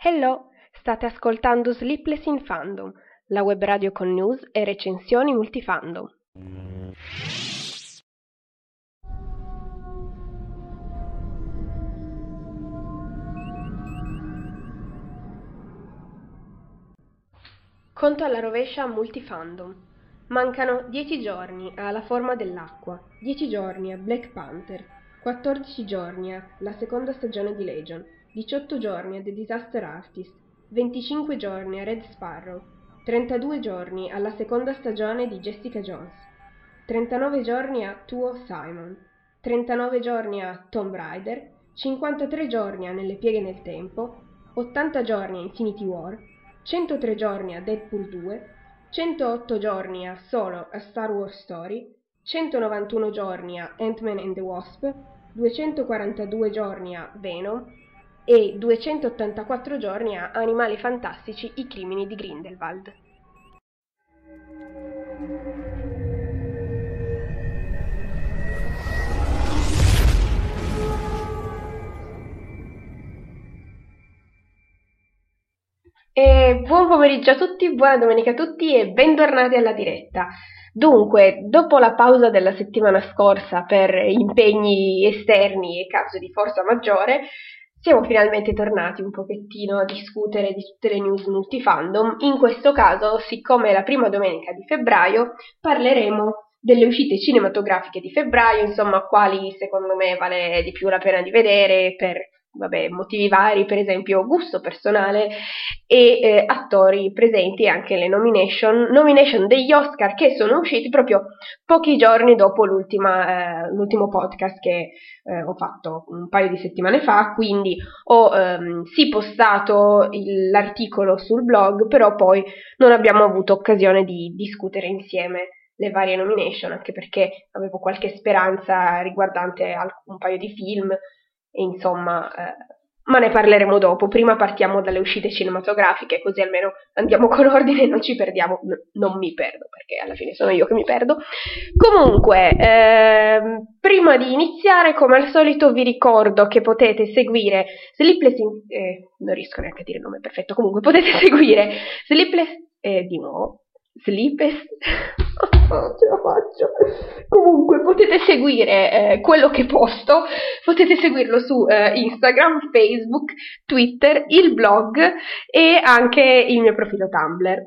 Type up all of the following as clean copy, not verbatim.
Hello, state ascoltando Sleepless in Fandom, la web radio con news e recensioni multifandom. Conto alla rovescia multifandom. Mancano 10 giorni a La forma dell'acqua, 10 giorni a Black Panther, 14 giorni alla seconda stagione di Legion, 18 giorni a The Disaster Artist, 25 giorni a Red Sparrow, 32 giorni alla seconda stagione di Jessica Jones, 39 giorni a Tuo Simon, 39 giorni a Tomb Raider, 53 giorni a Nelle pieghe nel tempo, 80 giorni a Infinity War, 103 giorni a Deadpool 2, 108 giorni a Solo a Star Wars Story, 191 giorni a Ant-Man and the Wasp, 242 giorni a Venom e 284 giorni a Animali fantastici, i crimini di Grindelwald. Buon pomeriggio a tutti, buona domenica a tutti e bentornati alla diretta. Dunque, dopo la pausa della settimana scorsa per impegni esterni e cause di forza maggiore, siamo finalmente tornati un pochettino a discutere di tutte le news multifandom. In questo caso, siccome è la prima domenica di febbraio, parleremo delle uscite cinematografiche di febbraio, insomma, quali secondo me vale di più la pena di vedere per motivi vari, per esempio gusto personale e attori presenti, e anche le nomination degli Oscar che sono usciti proprio pochi giorni dopo l'ultimo podcast che ho fatto un paio di settimane fa, quindi ho sì postato l'articolo sul blog, però poi non abbiamo avuto occasione di discutere insieme le varie nomination, anche perché avevo qualche speranza riguardante un paio di film e insomma, ma ne parleremo dopo. Prima partiamo dalle uscite cinematografiche, così almeno andiamo con ordine e non ci perdiamo. Non mi perdo, perché alla fine sono io che mi perdo. Comunque, prima di iniziare, come al solito, vi ricordo che potete seguire Sleepless non riesco neanche a dire il nome perfetto. Comunque, potete seguire Sleepless di nuovo. Sleepless non ce la faccio. Comunque potete seguire quello che posto, potete seguirlo su Instagram, Facebook, Twitter, il blog e anche il mio profilo Tumblr.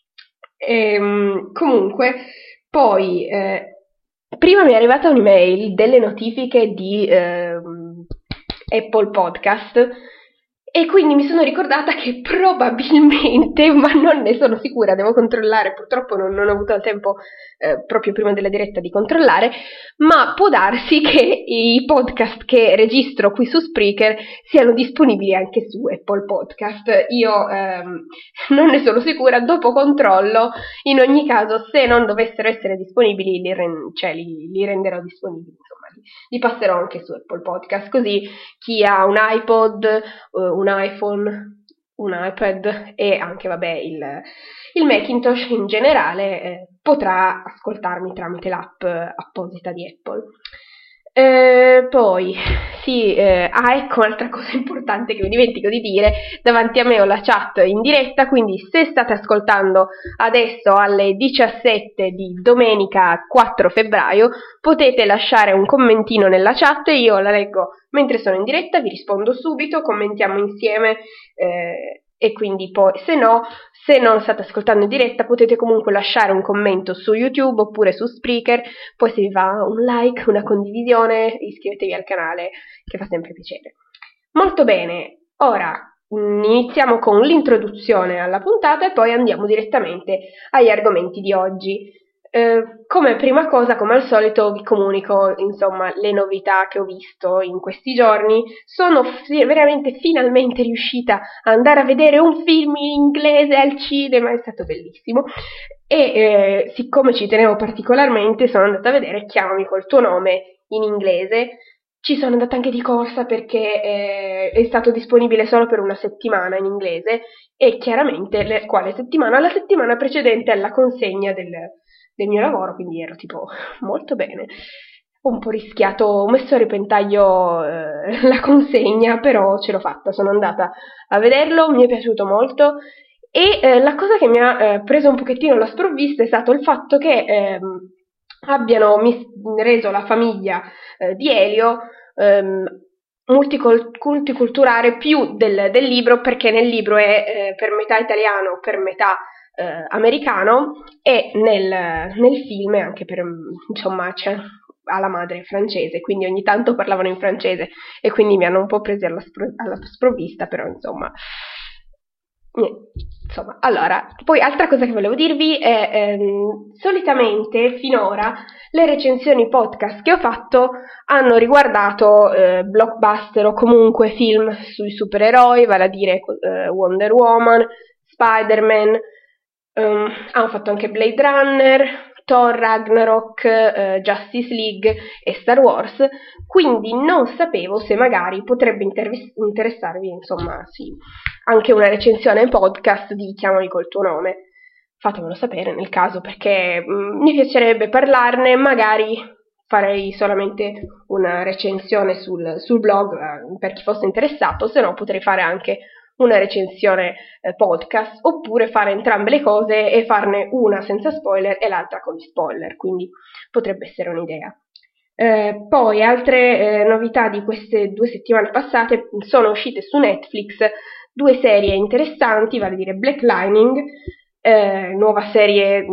Comunque, poi prima mi è arrivata un'email delle notifiche di Apple Podcast. E quindi mi sono ricordata che probabilmente, ma non ne sono sicura, devo controllare, purtroppo non ho avuto il tempo proprio prima della diretta di controllare, ma può darsi che i podcast che registro qui su Spreaker siano disponibili anche su Apple Podcast. Io non ne sono sicura, dopo controllo. In ogni caso, se non dovessero essere disponibili, li renderò disponibili, insomma, li passerò anche su Apple Podcast, così chi ha un iPod, un iPhone, un iPad e anche il Macintosh in generale potrà ascoltarmi tramite l'app apposita di Apple. Poi sì, ecco un'altra cosa importante che mi dimentico di dire: davanti a me ho la chat in diretta, quindi se state ascoltando adesso alle 17 di domenica 4 febbraio potete lasciare un commentino nella chat e io la leggo mentre sono in diretta, vi rispondo subito, commentiamo insieme e quindi poi se non state ascoltando in diretta potete comunque lasciare un commento su YouTube oppure su Spreaker, poi se vi va un like, una condivisione, iscrivetevi al canale che fa sempre piacere. Molto bene, ora iniziamo con l'introduzione alla puntata e poi andiamo direttamente agli argomenti di oggi. Come prima cosa, come al solito, vi comunico insomma le novità che ho visto in questi giorni. Sono veramente finalmente riuscita a andare a vedere un film in inglese al cinema, è stato bellissimo e siccome ci tenevo particolarmente sono andata a vedere Chiamami col tuo nome in inglese. Ci sono andata anche di corsa perché è stato disponibile solo per una settimana in inglese e chiaramente quale settimana? La settimana precedente alla consegna del mio lavoro, quindi ero tipo molto bene. ho un po' rischiato, ho messo a repentaglio la consegna, però ce l'ho fatta, sono andata a vederlo, mi è piaciuto molto. E la cosa che mi ha preso un pochettino alla sprovvista è stato il fatto che abbiano reso la famiglia di Elio multiculturale più del libro, perché nel libro è per metà italiano, per metà americano, e nel film è anche per, insomma, c'è alla madre francese, quindi ogni tanto parlavano in francese e quindi mi hanno un po' presi alla sprovvista, però insomma. Insomma, allora, poi altra cosa che volevo dirvi è solitamente finora le recensioni podcast che ho fatto hanno riguardato blockbuster o comunque film sui supereroi, vale a dire Wonder Woman, Spider-Man, ho fatto anche Blade Runner, Thor Ragnarok, Justice League e Star Wars, quindi non sapevo se magari potrebbe interessarvi, insomma, sì, anche una recensione podcast di Chiamami col tuo nome. Fatemelo sapere nel caso, perché mi piacerebbe parlarne, magari farei solamente una recensione sul blog per chi fosse interessato, se no potrei fare anche una recensione podcast, oppure fare entrambe le cose e farne una senza spoiler e l'altra con spoiler, quindi potrebbe essere un'idea. Poi altre novità di queste 2 settimane passate: sono uscite su Netflix 2 serie interessanti, vale a dire Black Lightning, nuova serie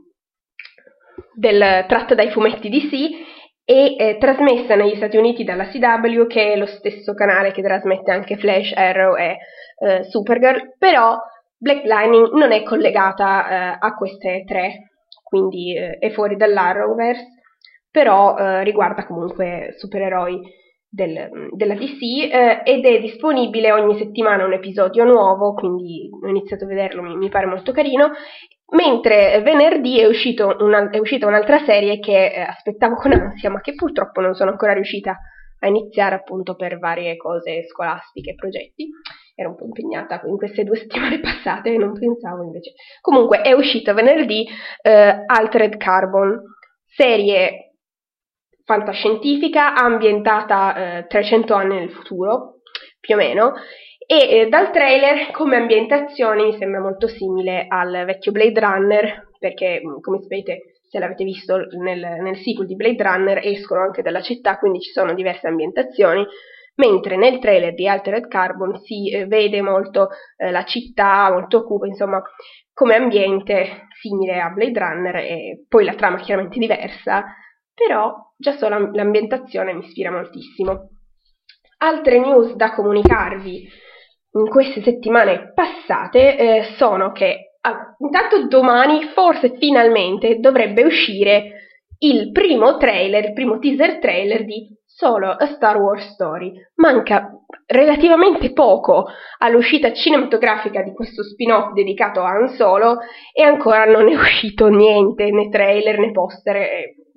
tratta dai fumetti DC e trasmessa negli Stati Uniti dalla CW, che è lo stesso canale che trasmette anche Flash, Arrow e Supergirl, però Black Lightning non è collegata a queste 3, quindi è fuori dall'Arrowverse, però riguarda comunque supereroi della DC ed è disponibile ogni settimana un episodio nuovo, quindi ho iniziato a vederlo, mi pare molto carino. Mentre venerdì è uscita un'altra serie che aspettavo con ansia, ma che purtroppo non sono ancora riuscita a iniziare, appunto per varie cose scolastiche e progetti. Ero un po' impegnata in queste 2 settimane passate e non pensavo invece. Comunque è uscita venerdì Altered Carbon, serie fantascientifica ambientata 300 anni nel futuro, più o meno, e dal trailer come ambientazione mi sembra molto simile al vecchio Blade Runner, perché come sapete, se l'avete visto nel sequel di Blade Runner, escono anche dalla città, quindi ci sono diverse ambientazioni, mentre nel trailer di Altered Carbon si vede molto la città, molto cupa, insomma, come ambiente simile a Blade Runner, e poi la trama chiaramente diversa, però già solo l'ambientazione mi ispira moltissimo. Altre news da comunicarvi in queste settimane passate sono che intanto domani, forse finalmente, dovrebbe uscire il primo teaser trailer di Solo a Star Wars Story. Manca relativamente poco all'uscita cinematografica di questo spin-off dedicato a Han Solo e ancora non è uscito niente, né trailer né poster.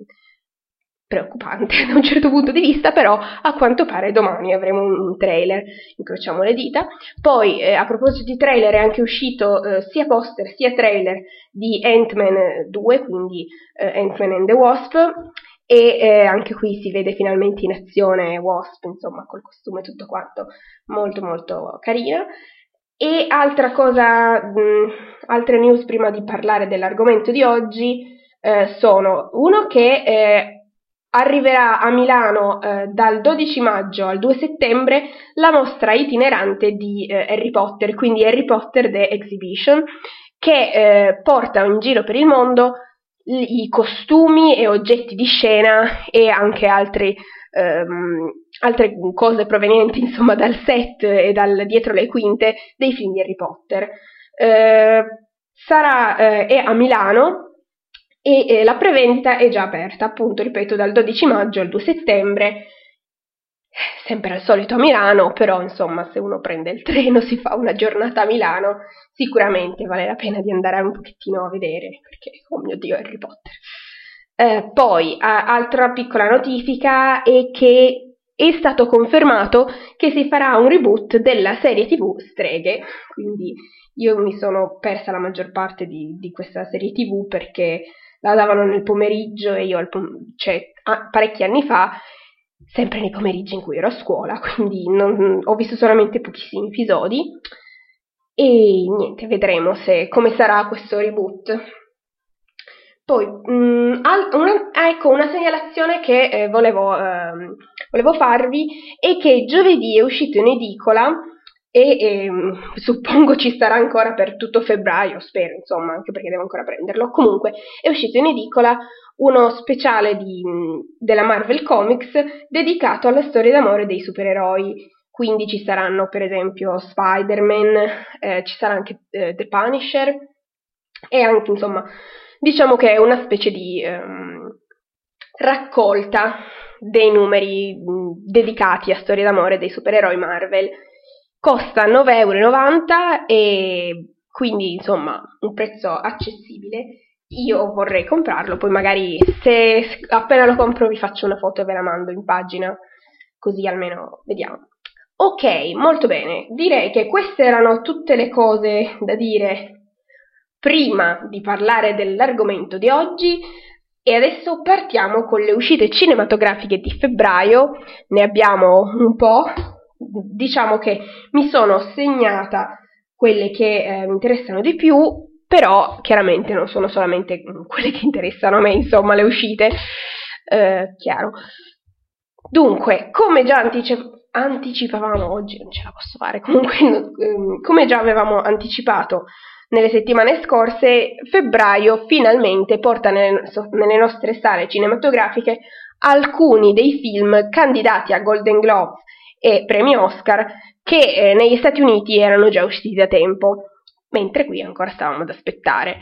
Preoccupante da un certo punto di vista, però a quanto pare domani avremo un trailer, incrociamo le dita. Poi a proposito di trailer è anche uscito sia poster sia trailer di Ant-Man 2, quindi Ant-Man and the Wasp, e anche qui si vede finalmente in azione Wasp, insomma col costume e tutto quanto, molto molto carino. E altra cosa, altre news prima di parlare dell'argomento di oggi sono uno che arriverà a Milano dal 12 maggio al 2 settembre la mostra itinerante di Harry Potter, quindi Harry Potter The Exhibition, che porta in giro per il mondo i costumi e oggetti di scena e anche altre cose provenienti, insomma, dal set e dal dietro le quinte dei film di Harry Potter. È a Milano e la prevendita è già aperta, appunto, ripeto, dal 12 maggio al 2 settembre, sempre al solito a Milano, però insomma se uno prende il treno, si fa una giornata a Milano, sicuramente vale la pena di andare un pochettino a vedere, perché, oh mio Dio, Harry Potter. Poi, altra piccola notifica è che è stato confermato che si farà un reboot della serie TV Streghe, quindi io mi sono persa la maggior parte di questa serie TV perché la davano nel pomeriggio e io parecchi anni fa, sempre nei pomeriggi in cui ero a scuola, quindi ho visto solamente pochissimi episodi e niente, vedremo come sarà questo reboot. Poi, ecco, una segnalazione che volevo farvi è che giovedì è uscito in edicola e suppongo ci sarà ancora per tutto febbraio, spero, insomma, anche perché devo ancora prenderlo. Comunque, è uscito in edicola uno speciale della Marvel Comics dedicato alla storia d'amore dei supereroi. Quindi ci saranno, per esempio, Spider-Man, ci sarà anche The Punisher e anche, insomma, diciamo che è una specie di raccolta dei numeri dedicati a storie d'amore dei supereroi Marvel. Costa 9,90 € e quindi insomma un prezzo accessibile. Io vorrei comprarlo, poi magari se appena lo compro vi faccio una foto e ve la mando in pagina, così almeno vediamo. Ok, molto bene, direi che queste erano tutte le cose da dire prima di parlare dell'argomento di oggi e adesso partiamo con le uscite cinematografiche di febbraio. Ne abbiamo un po', diciamo che mi sono segnata quelle che mi interessano di più, però chiaramente non sono solamente quelle che interessano a me, insomma, le uscite, chiaro. Dunque, come già anticipavamo, oggi non ce la posso fare, comunque come già avevamo anticipato nelle settimane scorse, febbraio finalmente porta nelle nostre sale cinematografiche alcuni dei film candidati a Golden Globes e premi Oscar che negli Stati Uniti erano già usciti da tempo, mentre qui ancora stavamo ad aspettare.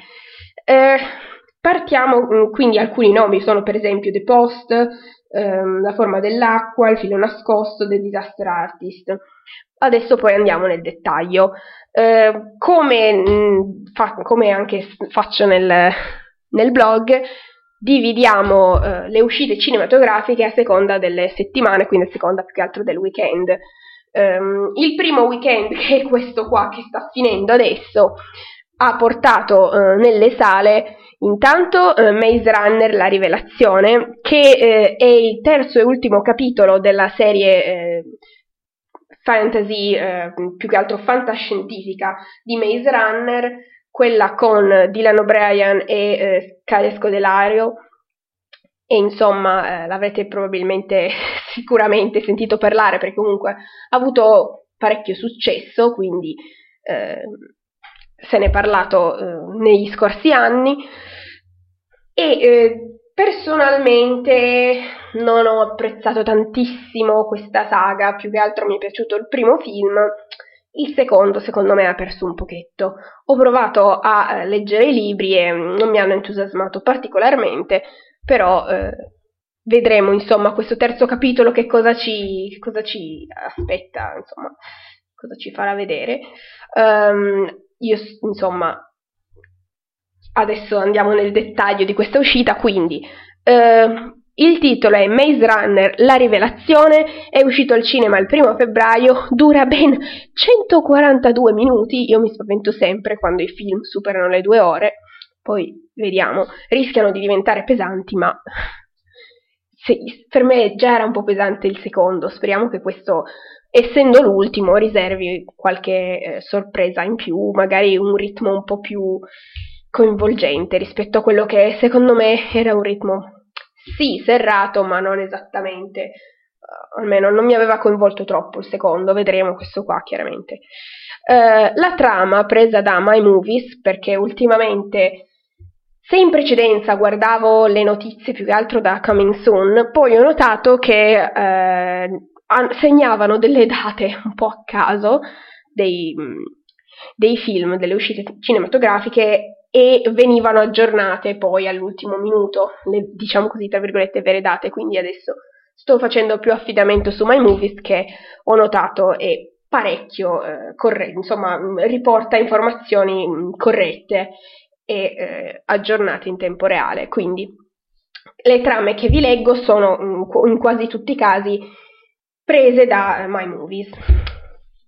Partiamo, quindi alcuni nomi sono per esempio The Post, La forma dell'acqua, Il filo nascosto, The Disaster Artist. Adesso poi andiamo nel dettaglio. Come anche faccio nel blog, dividiamo le uscite cinematografiche a seconda delle settimane, quindi a seconda più che altro del weekend. Il primo weekend, che è questo qua che sta finendo adesso, ha portato nelle sale intanto Maze Runner La Rivelazione, che è il terzo e ultimo capitolo della serie fantasy, più che altro fantascientifica di Maze Runner, quella con Dylan O'Brien e Kaya Scodelario, e insomma l'avrete probabilmente sicuramente sentito parlare perché comunque ha avuto parecchio successo, quindi se ne è parlato negli scorsi anni e personalmente non ho apprezzato tantissimo questa saga, più che altro mi è piaciuto il primo film, il secondo secondo me ha perso un pochetto. Ho provato a leggere i libri e non mi hanno entusiasmato particolarmente, però vedremo insomma questo terzo capitolo che cosa ci aspetta, insomma, cosa ci farà vedere. Io insomma adesso andiamo nel dettaglio di questa uscita, quindi il titolo è Maze Runner La Rivelazione, è uscito al cinema il 1 febbraio, dura ben 142 minuti, io mi spavento sempre quando i film superano le 2 ore, poi vediamo, rischiano di diventare pesanti, ma per me già era un po' pesante il secondo, speriamo che questo, essendo l'ultimo, riservi qualche sorpresa in più, magari un ritmo un po' più coinvolgente rispetto a quello che secondo me era un ritmo sì serrato ma non esattamente, almeno non mi aveva coinvolto troppo il secondo, vedremo questo qua chiaramente. La trama presa da My Movies, perché ultimamente se in precedenza guardavo le notizie più che altro da Coming Soon, poi ho notato che segnavano delle date un po' a caso dei film, delle uscite cinematografiche e venivano aggiornate poi all'ultimo minuto, le, diciamo così tra virgolette vere date, quindi adesso sto facendo più affidamento su My Movies, che ho notato è parecchio corretto, insomma riporta informazioni corrette e aggiornate in tempo reale, quindi le trame che vi leggo sono in quasi tutti i casi prese da My Movies.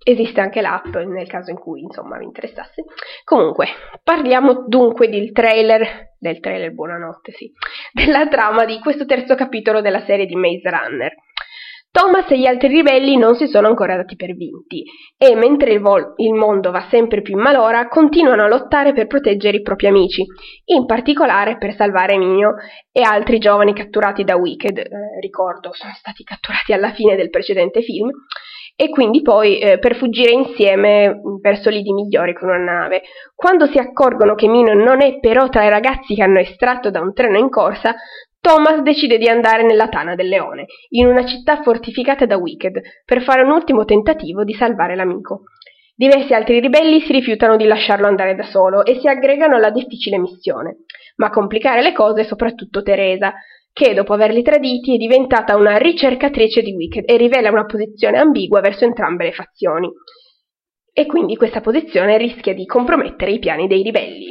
esiste anche l'app nel caso in cui insomma vi interessasse. Comunque, parliamo dunque del trailer, buonanotte, sì, della trama di questo terzo capitolo della serie di Maze Runner. Thomas e gli altri ribelli non si sono ancora dati per vinti e mentre il mondo va sempre più in malora continuano a lottare per proteggere i propri amici, in particolare per salvare Minio e altri giovani catturati da Wicked, ricordo sono stati catturati alla fine del precedente film, e quindi poi per fuggire insieme verso lidi migliori con una nave. Quando si accorgono che Minio non è però tra i ragazzi che hanno estratto da un treno in corsa, Thomas decide di andare nella Tana del Leone, in una città fortificata da Wicked, per fare un ultimo tentativo di salvare l'amico. Diversi altri ribelli si rifiutano di lasciarlo andare da solo e si aggregano alla difficile missione, ma a complicare le cose è soprattutto Teresa, che dopo averli traditi è diventata una ricercatrice di Wicked e rivela una posizione ambigua verso entrambe le fazioni. E quindi questa posizione rischia di compromettere i piani dei ribelli.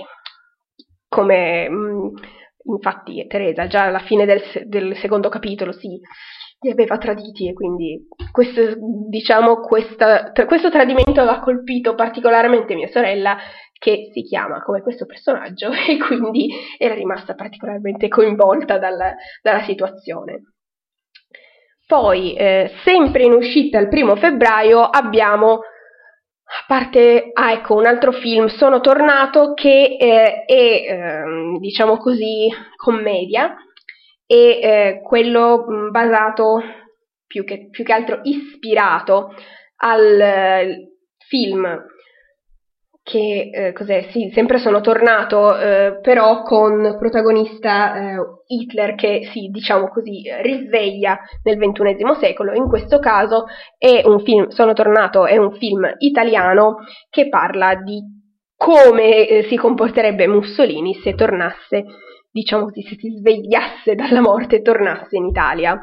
Infatti Teresa già alla fine del secondo capitolo li aveva traditi e quindi questo tradimento aveva colpito particolarmente mia sorella, che si chiama come questo personaggio, e quindi era rimasta particolarmente coinvolta dalla situazione. Poi, sempre in uscita il 1 febbraio, abbiamo, a parte, ecco, un altro film, Sono tornato, che è, diciamo così, commedia, e quello basato, più che altro ispirato al film che cos'è? Sì, sempre Sono tornato, però con protagonista Hitler che diciamo così, risveglia nel XXI secolo. In questo caso è un film, Sono tornato, è un film italiano che parla di come si comporterebbe Mussolini se tornasse, diciamo così, se si svegliasse dalla morte e tornasse in Italia.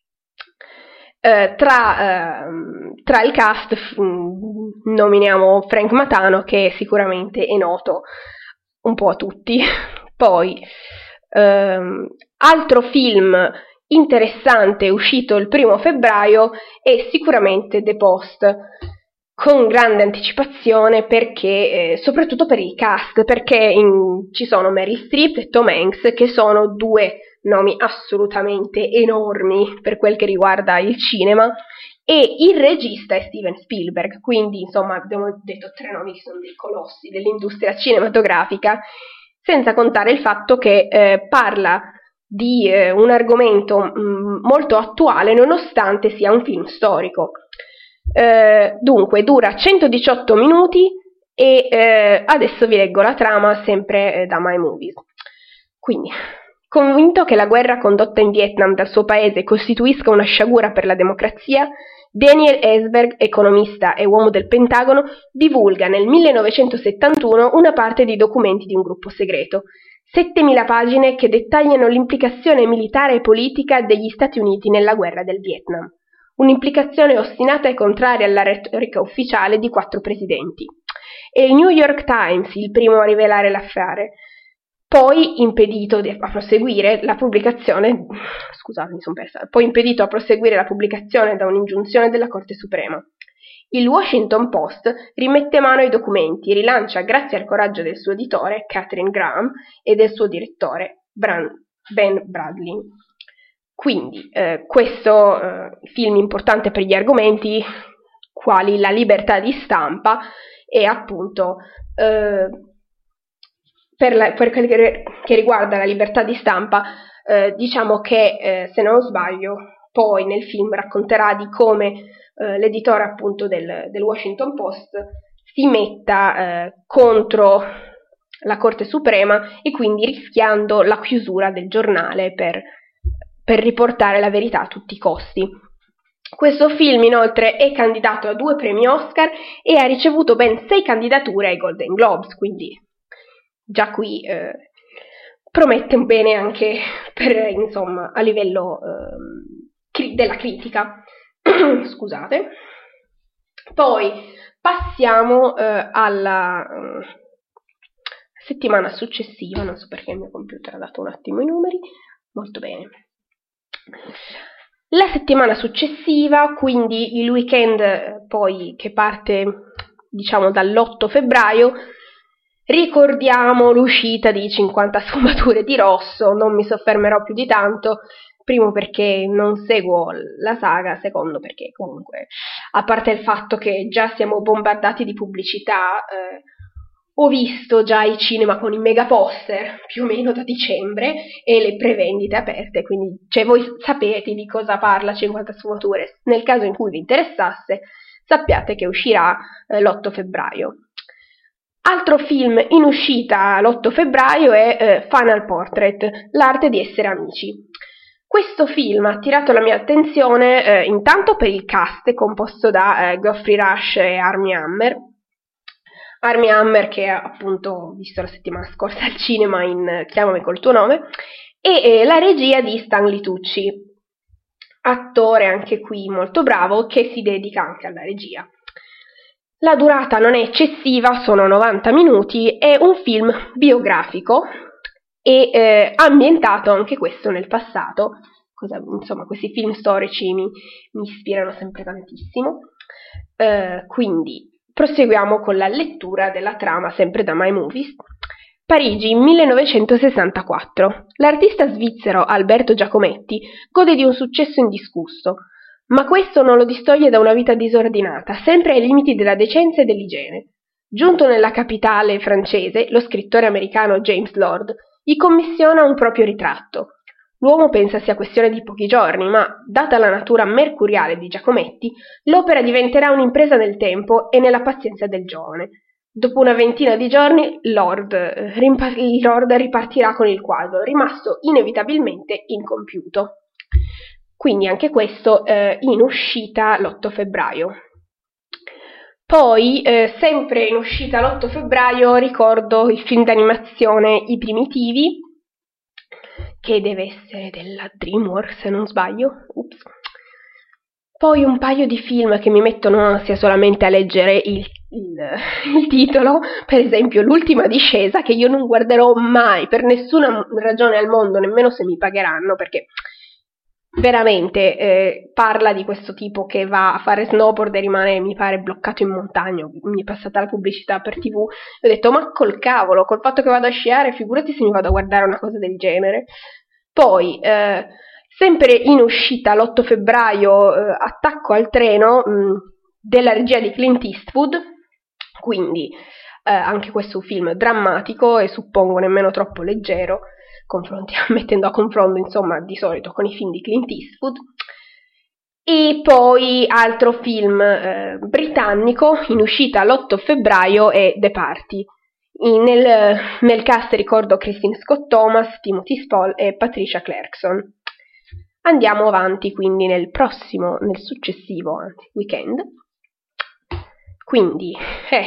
Tra il cast nominiamo Frank Matano, che sicuramente è noto un po' a tutti. Poi altro film interessante uscito il 1 febbraio è sicuramente The Post, con grande anticipazione, perché soprattutto per il cast, perché ci sono Meryl Streep e Tom Hanks, che sono due nomi assolutamente enormi per quel che riguarda il cinema, e il regista è Steven Spielberg, quindi insomma abbiamo detto 3 nomi che sono dei colossi dell'industria cinematografica, senza contare il fatto che parla di un argomento molto attuale nonostante sia un film storico. Dunque dura 118 minuti e adesso vi leggo la trama sempre da My Movies. Quindi, convinto che la guerra condotta in Vietnam dal suo paese costituisca una sciagura per la democrazia, Daniel Ellsberg, economista e uomo del Pentagono, divulga nel 1971 una parte dei documenti di un gruppo segreto, 7.000 pagine che dettagliano l'implicazione militare e politica degli Stati Uniti nella guerra del Vietnam. Un'implicazione ostinata e contraria alla retorica ufficiale di 4 presidenti. È il New York Times il primo a rivelare l'affare, poi impedito a proseguire la pubblicazione, poi impedito a proseguire la pubblicazione da un'ingiunzione della Corte Suprema. Il Washington Post rimette mano ai documenti e rilancia, grazie al coraggio del suo editore, Katharine Graham, e del suo direttore, Ben Bradley. Quindi, questo film importante per gli argomenti quali la libertà di stampa e appunto per quel che riguarda la libertà di stampa, diciamo che se non sbaglio poi nel film racconterà di come l'editore appunto del Washington Post si metta contro la Corte Suprema e quindi rischiando la chiusura del giornale per riportare la verità a tutti i costi. Questo film inoltre è candidato a 2 premi Oscar e ha ricevuto ben 6 candidature ai Golden Globes, quindi già qui promette un bene anche per, insomma, a livello della critica. Scusate. Poi passiamo alla settimana successiva, non so perché il mio computer ha dato un attimo i numeri, molto bene. La settimana successiva, quindi il weekend poi che parte diciamo dall'8 febbraio, ricordiamo l'uscita di 50 sfumature di rosso. Non mi soffermerò più di tanto, primo perché non seguo la saga, secondo perché comunque, a parte il fatto che già siamo bombardati di pubblicità, ho visto già i cinema con i mega poster più o meno da dicembre e le prevendite aperte, quindi voi sapete di cosa parla 50 sfumature. Nel caso in cui vi interessasse, sappiate che uscirà l'8 febbraio. Altro film in uscita l'8 febbraio è Final Portrait, l'arte di essere amici. Questo film ha attirato la mia attenzione intanto per il cast composto da Geoffrey Rush e Armie Hammer. Armie Hammer, che appunto ho visto la settimana scorsa al cinema in Chiamami col tuo nome, e la regia di Stanley Tucci, attore anche qui molto bravo che si dedica anche alla regia. La durata non è eccessiva, sono 90 minuti, è un film biografico e ambientato anche questo nel passato. Insomma, questi film storici mi ispirano sempre tantissimo. Quindi proseguiamo con la lettura della trama, sempre da My Movies. Parigi, 1964. L'artista svizzero Alberto Giacometti gode di un successo indiscusso, ma questo non lo distoglie da una vita disordinata, sempre ai limiti della decenza e dell'igiene. Giunto nella capitale francese, lo scrittore americano James Lord gli commissiona un proprio ritratto. L'uomo pensa sia questione di pochi giorni, ma, data la natura mercuriale di Giacometti, l'opera diventerà un'impresa nel tempo e nella pazienza del giovane. Dopo una ventina di giorni, Lord ripartirà con il quadro, rimasto inevitabilmente incompiuto. Quindi anche questo in uscita l'8 febbraio. Poi, sempre in uscita l'8 febbraio, ricordo il film d'animazione I Primitivi, che deve essere della DreamWorks se non sbaglio. Ups. Poi un paio di film che mi mettono ansia solamente a leggere il titolo, per esempio L'ultima discesa, che io non guarderò mai per nessuna ragione al mondo, nemmeno se mi pagheranno, perché veramente parla di questo tipo che va a fare snowboard e rimane, mi pare, bloccato in montagna. Mi è passata la pubblicità per TV e ho detto, ma col cavolo, col fatto che vado a sciare, figurati se mi vado a guardare una cosa del genere. Poi sempre in uscita l'8 febbraio, Attacco al treno, della regia di Clint Eastwood, quindi anche questo è un film drammatico e suppongo nemmeno troppo leggero, mettendo a confronto insomma di solito con i film di Clint Eastwood. E poi altro film britannico in uscita l'8 febbraio è The Party. Nel cast ricordo Christine Scott Thomas, Timothy Spall e Patricia Clarkson. Andiamo avanti quindi nel successivo weekend. Quindi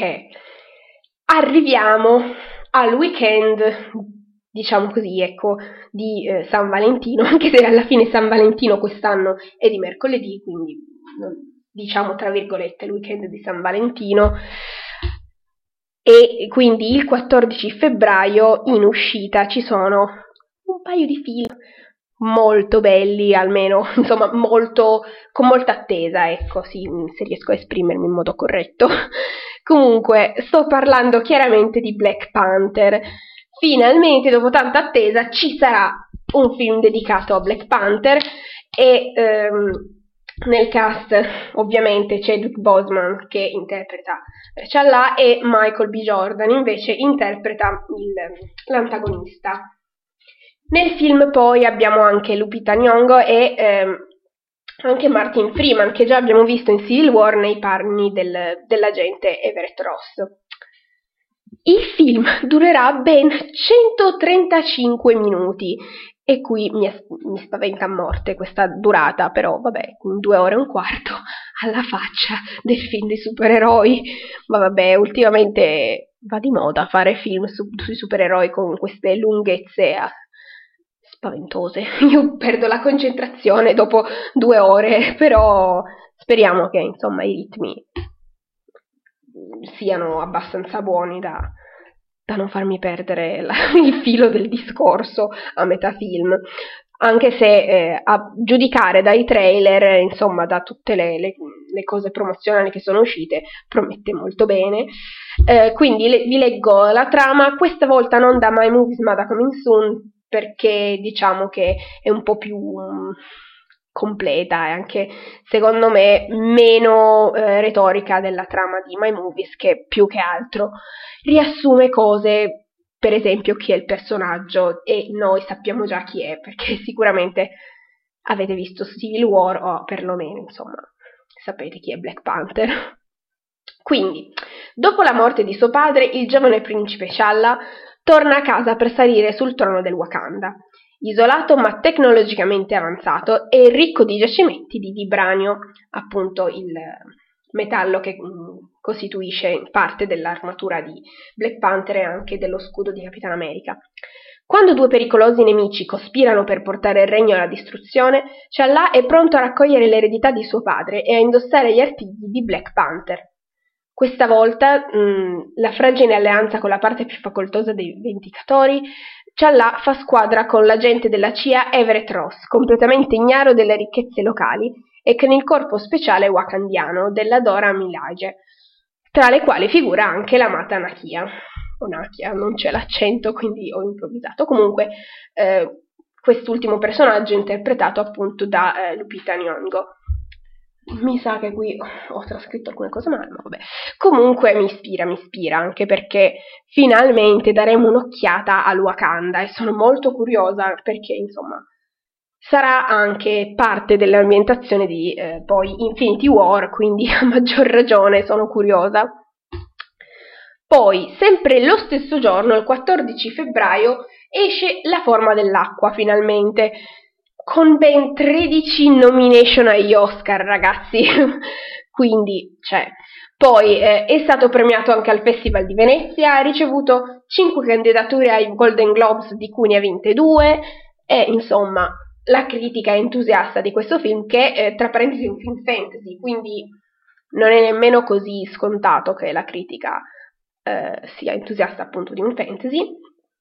arriviamo al weekend, diciamo così, ecco, di San Valentino, anche se alla fine San Valentino quest'anno è di mercoledì, quindi diciamo tra virgolette il weekend di San Valentino. E quindi il 14 febbraio in uscita ci sono un paio di film molto belli, almeno, insomma, con molta attesa, ecco, sì, se riesco a esprimermi in modo corretto. Comunque, sto parlando chiaramente di Black Panther. Finalmente, dopo tanta attesa, ci sarà un film dedicato a Black Panther e nel cast ovviamente Chadwick Boseman che interpreta T'Challa e Michael B. Jordan invece interpreta l'antagonista. Nel film poi abbiamo anche Lupita Nyong'o e anche Martin Freeman, che già abbiamo visto in Civil War nei panni dell'agente Everett Ross. Il film durerà ben 135 minuti e qui mi spaventa a morte questa durata, però vabbè, 2 ore e un quarto alla faccia del film dei supereroi. Ma vabbè, ultimamente va di moda fare film sui supereroi con queste lunghezze spaventose. Io perdo la concentrazione dopo 2 ore, però speriamo che insomma i ritmi siano abbastanza buoni da non farmi perdere il filo del discorso a metà film. anche se a giudicare dai trailer, insomma, da tutte le cose promozionali che sono uscite, promette molto bene. Quindi vi leggo la trama, questa volta non da My Movies ma da Coming Soon, perché diciamo che è un po' più completa e anche, secondo me, meno retorica della trama di My Movies, che più che altro riassume cose. Per esempio, chi è il personaggio, e noi sappiamo già chi è, perché sicuramente avete visto Civil War, o perlomeno, insomma, sapete chi è Black Panther. Quindi, dopo la morte di suo padre, il giovane principe T'Challa torna a casa per salire sul trono del Wakanda, isolato ma tecnologicamente avanzato e ricco di giacimenti di vibranio, appunto il metallo che costituisce parte dell'armatura di Black Panther e anche dello scudo di Capitan America. Quando due pericolosi nemici cospirano per portare il regno alla distruzione, T'Challa è pronto a raccogliere l'eredità di suo padre e a indossare gli artigli di Black Panther. Questa volta, la fragile alleanza con la parte più facoltosa dei Vendicatori, T'Challa fa squadra con l'agente della CIA Everett Ross, completamente ignaro delle ricchezze locali, e con il corpo speciale wakandiano della Dora Milaje, tra le quali figura anche l'amata Nakia. O Nakia, non c'è l'accento, quindi ho improvvisato. Comunque, quest'ultimo personaggio è interpretato appunto da Lupita Nyong'o. Mi sa che qui ho trascritto alcune cose male, ma vabbè. Comunque mi ispira, anche perché finalmente daremo un'occhiata al Wakanda e sono molto curiosa perché, insomma, sarà anche parte dell'ambientazione di poi Infinity War, quindi a maggior ragione sono curiosa. Poi, sempre lo stesso giorno, il 14 febbraio, esce La forma dell'acqua, finalmente, con ben 13 nomination agli Oscar, ragazzi. Quindi, poi è stato premiato anche al Festival di Venezia, ha ricevuto 5 candidature ai Golden Globes, di cui ne ha vinte 2, e insomma la critica è entusiasta di questo film, che è tra parentesi un film fantasy, quindi non è nemmeno così scontato che la critica sia entusiasta appunto di un fantasy,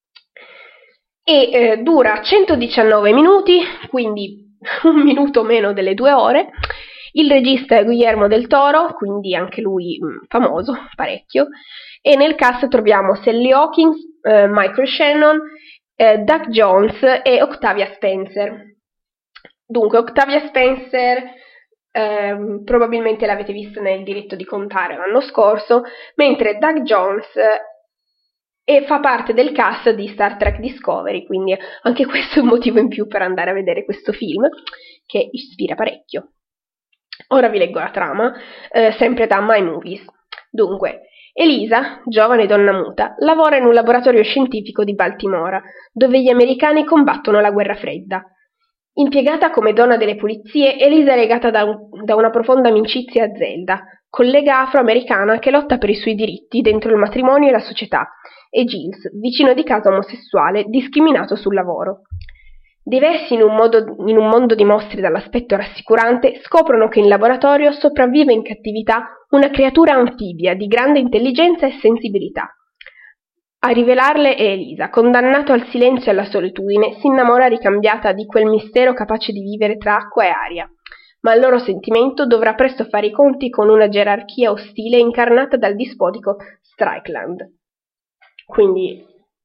e dura 119 minuti, quindi un minuto meno delle 2 ore. Il regista è Guillermo del Toro, quindi anche lui famoso, parecchio, e nel cast troviamo Sally Hawkins, Michael Shannon, Doug Jones e Octavia Spencer. Dunque, Octavia Spencer probabilmente l'avete vista nel Diritto di contare l'anno scorso, mentre Doug Jones fa parte del cast di Star Trek Discovery, quindi anche questo è un motivo in più per andare a vedere questo film, che ispira parecchio. Ora vi leggo la trama, sempre da My Movies. Dunque, Elisa, giovane donna muta, lavora in un laboratorio scientifico di Baltimora, dove gli americani combattono la guerra fredda. Impiegata come donna delle pulizie, Elisa è legata da una profonda amicizia a Zelda, collega afroamericana che lotta per i suoi diritti dentro il matrimonio e la società, e Giles, vicino di casa omosessuale, discriminato sul lavoro. Diversi in un mondo di mostri dall'aspetto rassicurante, scoprono che in laboratorio sopravvive in cattività una creatura anfibia di grande intelligenza e sensibilità. A rivelarle è Elisa, condannato al silenzio e alla solitudine, si innamora ricambiata di quel mistero capace di vivere tra acqua e aria, ma il loro sentimento dovrà presto fare i conti con una gerarchia ostile incarnata dal dispotico Strickland. Quindi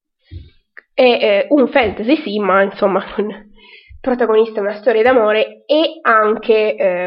è un fantasy, sì, ma insomma il protagonista è una storia d'amore e anche,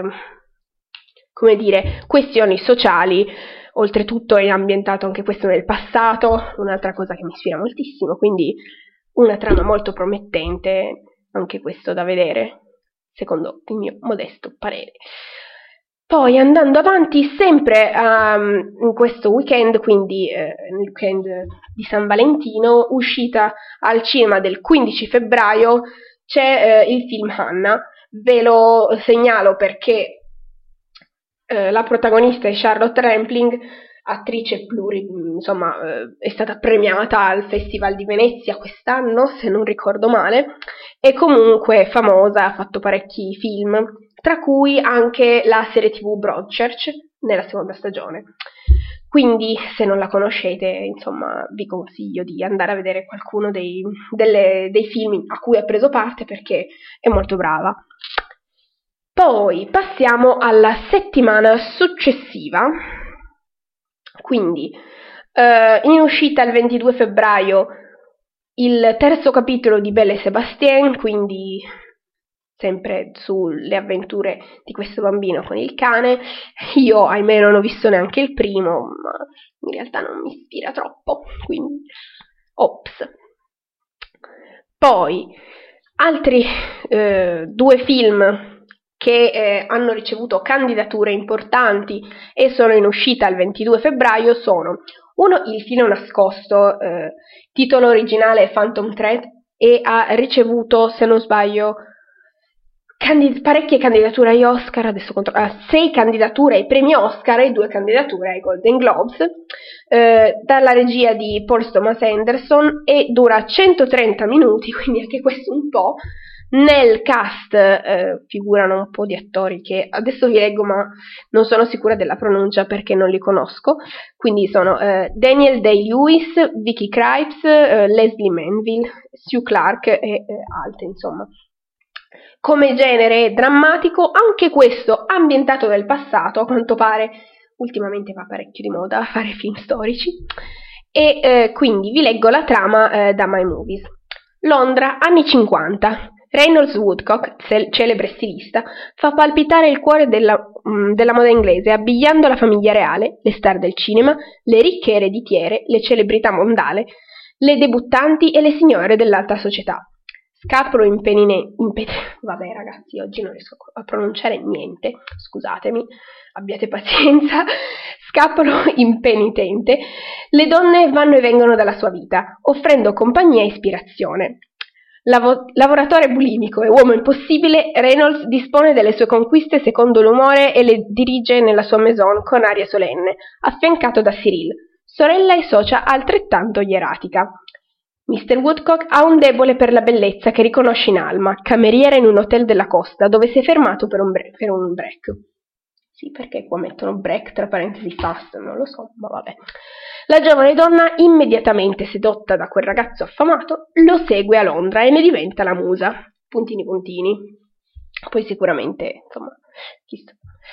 questioni sociali. Oltretutto è ambientato anche questo nel passato, un'altra cosa che mi ispira moltissimo, quindi una trama molto promettente, anche questo da vedere, secondo il mio modesto parere. Poi andando avanti, sempre in questo weekend, quindi nel weekend di San Valentino, uscita al cinema del 15 febbraio, c'è il film Hannah. Ve lo segnalo perché la protagonista è Charlotte Rampling, attrice è stata premiata al Festival di Venezia quest'anno, se non ricordo male, è comunque famosa, ha fatto parecchi film, tra cui anche la serie TV Broadchurch nella seconda stagione. quindi se non la conoscete, insomma, vi consiglio di andare a vedere qualcuno dei film a cui ha preso parte perché è molto brava. Poi passiamo alla settimana successiva, quindi in uscita il 22 febbraio il terzo capitolo di Belle et Sébastien, quindi sempre sulle avventure di questo bambino con il cane. Io ahimè non ho visto neanche il primo, ma in realtà non mi ispira troppo, quindi ops. Poi altri due film che hanno ricevuto candidature importanti e sono in uscita il 22 febbraio sono uno, Il filo nascosto, titolo originale Phantom Thread, e ha ricevuto, se non sbaglio, parecchie candidature agli Oscar, adesso 6 candidature ai premi Oscar e 2 candidature ai Golden Globes, dalla regia di Paul Thomas Anderson, e dura 130 minuti, quindi anche questo un po'. Nel cast figurano un po' di attori che adesso vi leggo, ma non sono sicura della pronuncia perché non li conosco, quindi sono Daniel Day-Lewis, Vicky Krieps, Leslie Manville, Sue Clark e altri, insomma. Come genere drammatico, anche questo ambientato nel passato, a quanto pare ultimamente va parecchio di moda fare film storici, e quindi vi leggo la trama da My Movies. Londra, anni 50. Reynolds Woodcock, celebre stilista, fa palpitare il cuore della moda inglese abbigliando la famiglia reale, le star del cinema, le ricche ereditiere, le celebrità mondane, le debuttanti e le signore dell'alta società. Scapolo vabbè ragazzi, oggi non riesco a pronunciare niente, scusatemi, abbiate pazienza. Scapolo impenitente, le donne vanno e vengono dalla sua vita, offrendo compagnia e ispirazione. Lavoratore bulimico e uomo impossibile, Reynolds dispone delle sue conquiste secondo l'umore e le dirige nella sua maison con aria solenne, affiancato da Cyril, sorella e socia altrettanto ieratica. Mr. Woodcock ha un debole per la bellezza che riconosce in Alma, cameriera in un hotel della costa dove si è fermato per un break. Sì, perché qua mettono break tra parentesi fast, non lo so, ma vabbè. La giovane donna, immediatamente sedotta da quel ragazzo affamato, lo segue a Londra e ne diventa la musa. Puntini puntini. Poi sicuramente, insomma, chissà.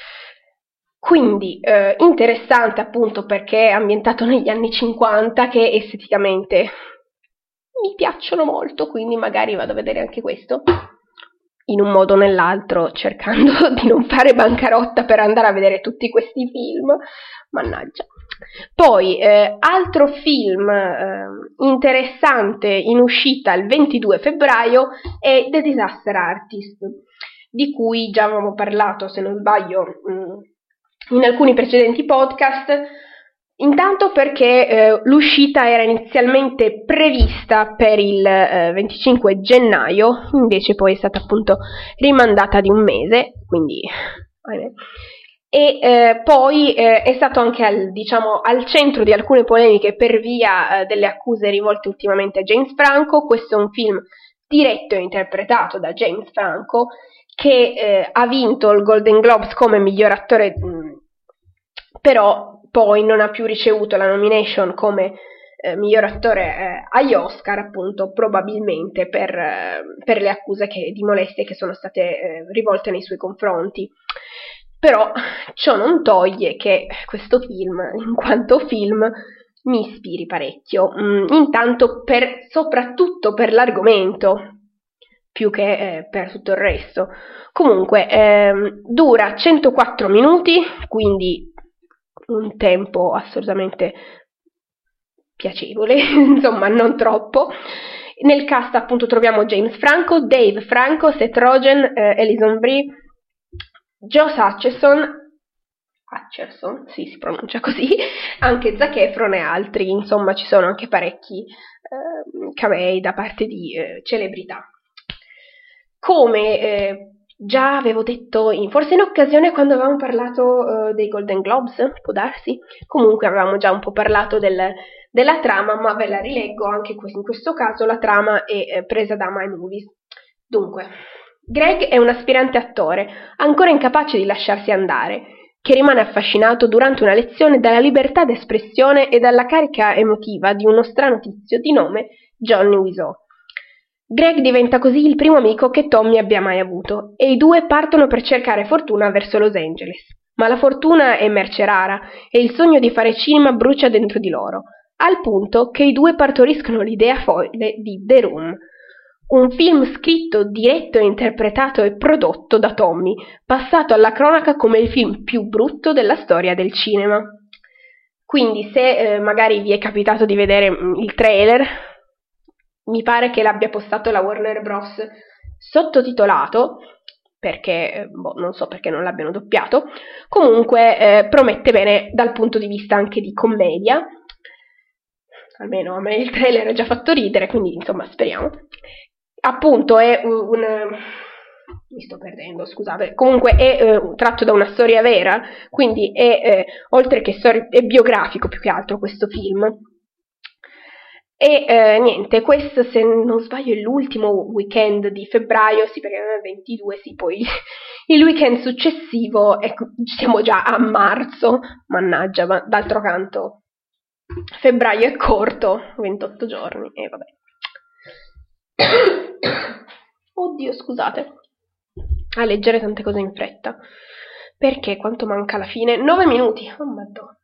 Quindi interessante appunto perché è ambientato negli anni 50, che esteticamente mi piacciono molto, quindi magari vado a vedere anche questo in un modo o nell'altro, cercando di non fare bancarotta per andare a vedere tutti questi film, mannaggia. Poi, altro film interessante in uscita il 22 febbraio è The Disaster Artist, di cui già avevamo parlato, se non sbaglio, in alcuni precedenti podcast. Intanto perché l'uscita era inizialmente prevista per il 25 gennaio, invece poi è stata appunto rimandata di un mese, quindi e poi è stato anche al centro di alcune polemiche per via delle accuse rivolte ultimamente a James Franco. Questo è un film diretto e interpretato da James Franco, che ha vinto il Golden Globes come miglior attore, però poi non ha più ricevuto la nomination come miglior attore agli Oscar, appunto probabilmente per le accuse di molestie che sono state rivolte nei suoi confronti. Però ciò non toglie che questo film, in quanto film, mi ispiri parecchio, intanto soprattutto per l'argomento, più che per tutto il resto. Comunque dura 104 minuti, quindi un tempo assolutamente piacevole, insomma non troppo. Nel cast appunto troviamo James Franco, Dave Franco, Seth Rogen, Alison Brie, Josh Hutcherson, sì, si pronuncia così, anche Zac Efron e altri, insomma ci sono anche parecchi camei da parte di celebrità. Come già avevo detto, forse in occasione quando avevamo parlato dei Golden Globes, può darsi, comunque avevamo già un po' parlato della trama, ma ve la rileggo anche in questo caso. La trama è presa da My Movies. Dunque, Greg è un aspirante attore, ancora incapace di lasciarsi andare. che rimane affascinato durante una lezione dalla libertà d'espressione e dalla carica emotiva di uno strano tizio di nome Johnny Wiseau. Greg diventa così il primo amico che Tommy abbia mai avuto e i due partono per cercare fortuna verso Los Angeles. Ma la fortuna è merce rara e il sogno di fare cinema brucia dentro di loro, al punto che i due partoriscono l'idea folle di The Room, un film scritto, diretto, interpretato e prodotto da Tommy, passato alla cronaca come il film più brutto della storia del cinema. Quindi se magari vi è capitato di vedere il trailer, mi pare che l'abbia postato la Warner Bros. Sottotitolato, perché non so perché non l'abbiano doppiato, comunque promette bene dal punto di vista anche di commedia, almeno a me il trailer ha già fatto ridere, quindi insomma speriamo. Appunto è mi sto perdendo, scusate, comunque è tratto da una storia vera, quindi è oltre che è biografico più che altro questo film. E niente, questo se non sbaglio è l'ultimo weekend di febbraio, sì perché è 22, sì, poi il weekend successivo, ecco, siamo già a marzo, mannaggia, ma d'altro canto febbraio è corto, 28 giorni, e vabbè. Oddio, scusate, a leggere tante cose in fretta, perché quanto manca alla fine? 9 minuti, oh madonna.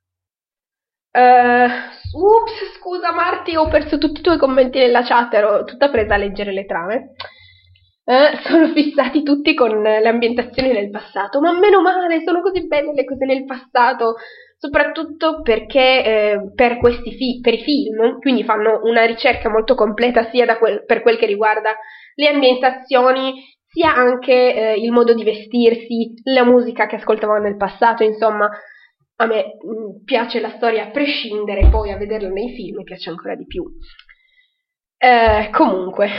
Ups, scusa Marti, ho perso tutti i tuoi commenti nella chat, ero tutta presa a leggere le trame. Sono fissati tutti con le ambientazioni del passato, ma meno male, sono così belle le cose nel passato, soprattutto perché per i film, quindi fanno una ricerca molto completa sia per quel che riguarda le ambientazioni, sia anche il modo di vestirsi, la musica che ascoltavamo nel passato, insomma. A me piace la storia a prescindere, poi a vederla nei film mi piace ancora di più. Comunque,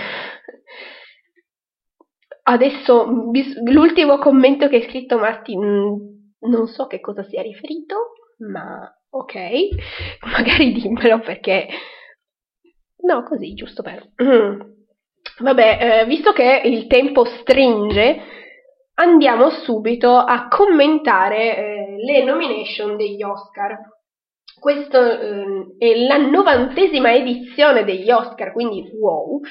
adesso l'ultimo commento che hai scritto Martin, non so che cosa sia riferito, ma ok, magari dimmelo perché... No, così, giusto per... Vabbè, visto che il tempo stringe, andiamo subito a commentare le nomination degli Oscar. Questa è la 90ª edizione degli Oscar, quindi wow.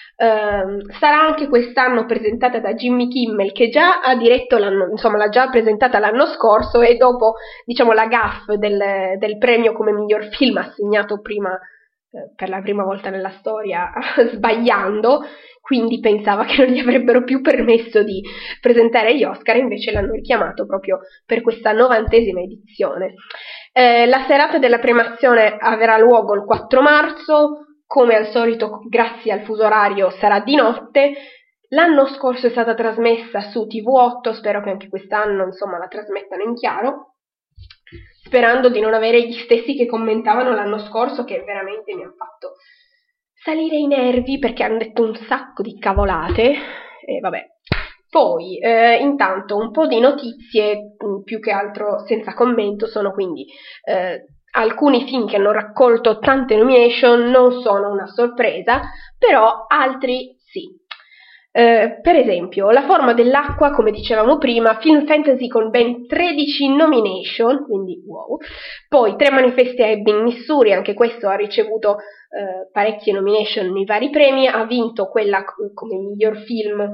Sarà anche quest'anno presentata da Jimmy Kimmel, che già ha diretto l'ha già presentata l'anno scorso, e dopo, diciamo, la gaffe del premio come miglior film assegnato prima per la prima volta nella storia sbagliando, quindi pensava che non gli avrebbero più permesso di presentare gli Oscar, invece l'hanno richiamato proprio per questa 90ª edizione. La serata della premiazione avrà luogo il 4 marzo, come al solito grazie al fuso orario sarà di notte. L'anno scorso è stata trasmessa su TV8, spero che anche quest'anno insomma la trasmettano in chiaro, sperando di non avere gli stessi che commentavano l'anno scorso, che veramente mi hanno fatto salire i nervi perché hanno detto un sacco di cavolate, e vabbè. Poi, intanto, un po' di notizie, più che altro senza commento, sono quindi alcuni film che hanno raccolto tante nomination, non sono una sorpresa, però altri sì. Per esempio, La forma dell'acqua, come dicevamo prima, film fantasy con ben 13 nomination, quindi wow. Poi Tre manifesti a Ebbing, Missouri, anche questo ha ricevuto parecchie nomination nei vari premi, ha vinto quella come miglior film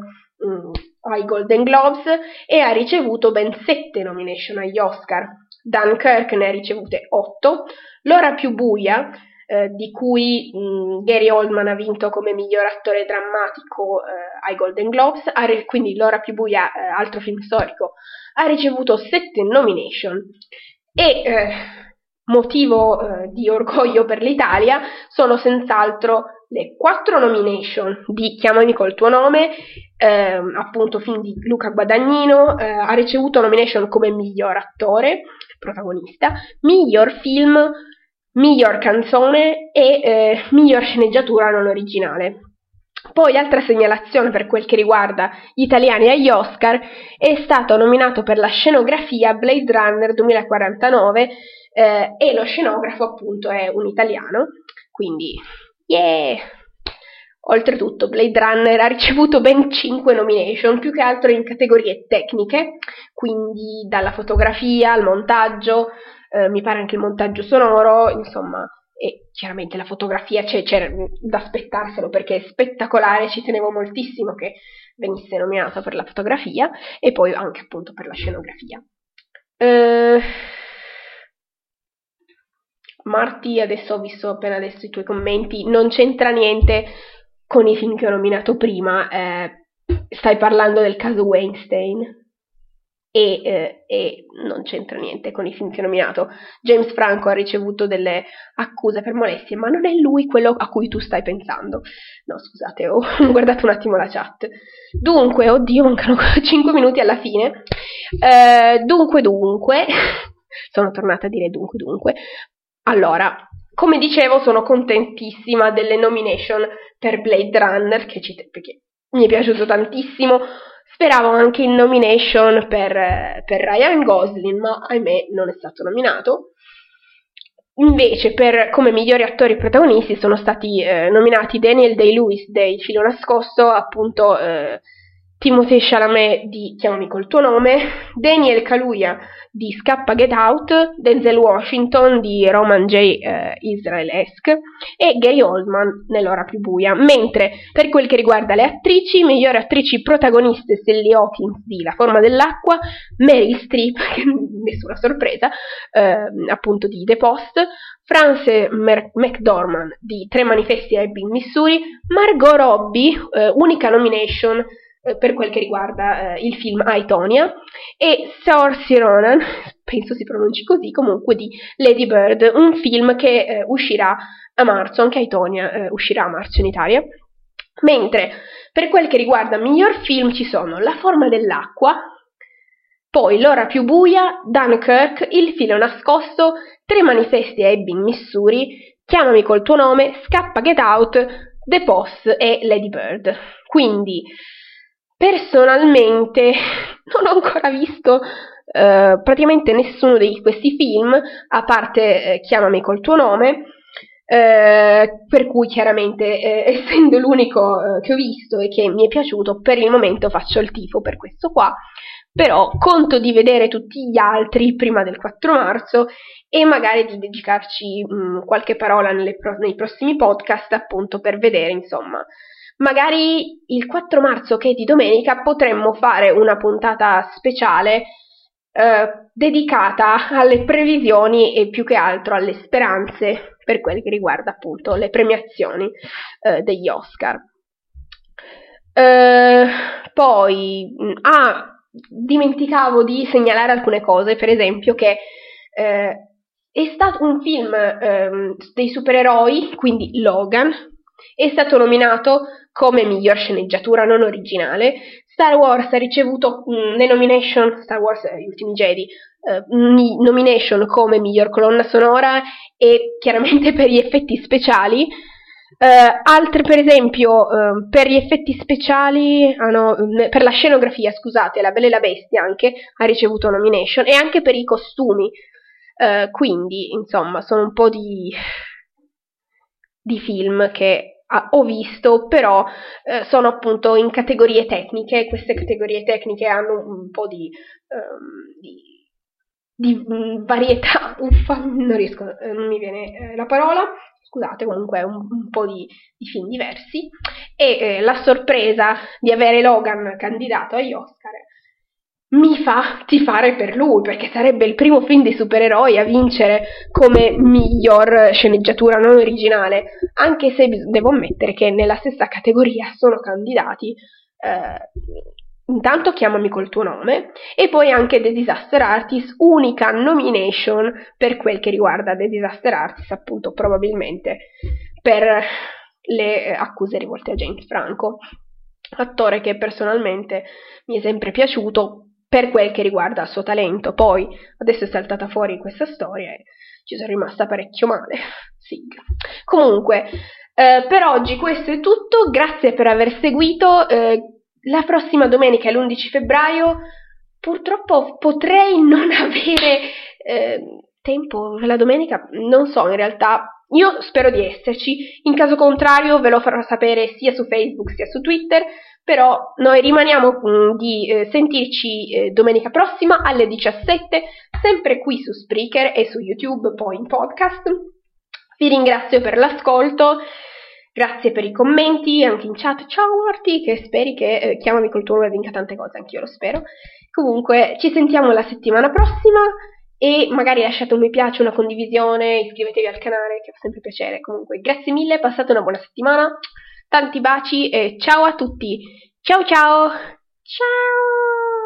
ai Golden Globes e ha ricevuto ben 7 nomination agli Oscar. Dunkirk ne ha ricevute 8, L'ora più buia, di cui Gary Oldman ha vinto come miglior attore drammatico ai Golden Globes, quindi L'ora più buia, altro film storico, ha ricevuto 7 nomination, e motivo di orgoglio per l'Italia sono senz'altro le 4 nomination di Chiamami col tuo nome, appunto film di Luca Guadagnino, ha ricevuto nomination come miglior attore protagonista, miglior film, miglior canzone e miglior sceneggiatura non originale. Poi, altra segnalazione per quel che riguarda gli italiani agli Oscar: è stato nominato per la scenografia Blade Runner 2049 e lo scenografo appunto è un italiano, quindi yeah! Oltretutto Blade Runner ha ricevuto ben 5 nomination, più che altro in categorie tecniche, quindi dalla fotografia al montaggio, mi pare anche il montaggio sonoro, insomma, e chiaramente la fotografia c'era da aspettarselo perché è spettacolare, ci tenevo moltissimo che venisse nominata per la fotografia e poi anche appunto per la scenografia. Marti, adesso ho visto appena adesso i tuoi commenti, non c'entra niente con i film che ho nominato prima, stai parlando del caso Weinstein e non c'entra niente con i film che ho nominato. James Franco ha ricevuto delle accuse per molestie, ma non è lui quello a cui tu stai pensando. No, scusate, ho guardato un attimo la chat. Dunque, oddio, mancano 5 minuti alla fine. Dunque, sono tornata a dire dunque. Allora, come dicevo, sono contentissima delle nomination per Blade Runner, perché mi è piaciuto tantissimo. Speravo anche in nomination per Ryan Gosling, ma ahimè non è stato nominato. Invece, come migliori attori protagonisti sono stati nominati Daniel Day-Lewis di Filo Nascosto, appunto Timothée Chalamet di Chiamami col tuo nome, Daniel Kaluuya di Scappa Get Out, Denzel Washington di Roman J. Israelesque e Gary Oldman nell'ora più buia. Mentre per quel che riguarda le attrici, migliori attrici protagoniste Sally Hawkins di La forma dell'acqua, Meryl Streep, che nessuna sorpresa, appunto di The Post, Frances McDormand di Tre manifesti a Ebbing, Missouri, Margot Robbie, unica nomination per quel che riguarda il film I, Tonya, e Saoirse Ronan, penso si pronunci così, comunque di Lady Bird, un film che uscirà a marzo, anche I, Tonya uscirà a marzo in Italia. Mentre per quel che riguarda miglior film ci sono La forma dell'acqua, poi L'ora più buia, Dunkirk, Il filo nascosto, Tre manifesti a Ebbing, Missouri, Chiamami col tuo nome, Scappa Get Out, The Post e Lady Bird. Quindi personalmente non ho ancora visto praticamente nessuno di questi film, a parte Chiamami col tuo nome, per cui chiaramente essendo l'unico che ho visto e che mi è piaciuto, per il momento faccio il tifo per questo qua, però conto di vedere tutti gli altri prima del 4 marzo e magari di dedicarci qualche parola nei prossimi podcast, appunto per vedere, insomma. Magari il 4 marzo, che è di domenica, potremmo fare una puntata speciale dedicata alle previsioni e più che altro alle speranze per quel che riguarda appunto le premiazioni degli Oscar. Poi dimenticavo di segnalare alcune cose, per esempio che è stato un film dei supereroi, quindi Logan, è stato nominato come miglior sceneggiatura non originale. Star Wars ha ricevuto le nomination, Star Wars Gli ultimi Jedi, nomination come miglior colonna sonora e chiaramente per gli effetti speciali. Altre, per esempio, per gli effetti speciali, per la scenografia, scusate, La Bella e la Bestia anche ha ricevuto nomination e anche per i costumi. Quindi, insomma, sono un po' di film che ho visto, però sono appunto in categorie tecniche. Queste categorie tecniche hanno un po' di varietà. Non mi viene la parola. Scusate, comunque un po' di film diversi, e la sorpresa di avere Logan candidato agli Oscar mi fa tifare per lui, perché sarebbe il primo film di supereroi a vincere come miglior sceneggiatura non originale, anche se devo ammettere che nella stessa categoria sono candidati intanto Chiamami col tuo nome e poi anche The Disaster Artist, unica nomination per quel che riguarda The Disaster Artist, appunto probabilmente per le accuse rivolte a James Franco, attore che personalmente mi è sempre piaciuto per quel che riguarda il suo talento. Poi adesso è saltata fuori questa storia e ci sono rimasta parecchio male. Sigla. Comunque per oggi questo è tutto, grazie per aver seguito. La prossima domenica è l'11 febbraio, purtroppo potrei non avere tempo la domenica, non so, in realtà io spero di esserci, in caso contrario ve lo farò sapere sia su Facebook sia su Twitter, però noi rimaniamo di sentirci domenica prossima alle 17, sempre qui su Spreaker e su YouTube, poi in podcast. Vi ringrazio per l'ascolto, grazie per i commenti, anche in chat. Ciao Marti, che speri che Chiamami col tuo nome vinca tante cose, anch'io lo spero. Comunque, ci sentiamo la settimana prossima e magari lasciate un mi piace, una condivisione, iscrivetevi al canale che fa sempre piacere. Comunque, grazie mille, passate una buona settimana, tanti baci e ciao a tutti. Ciao ciao! Ciao!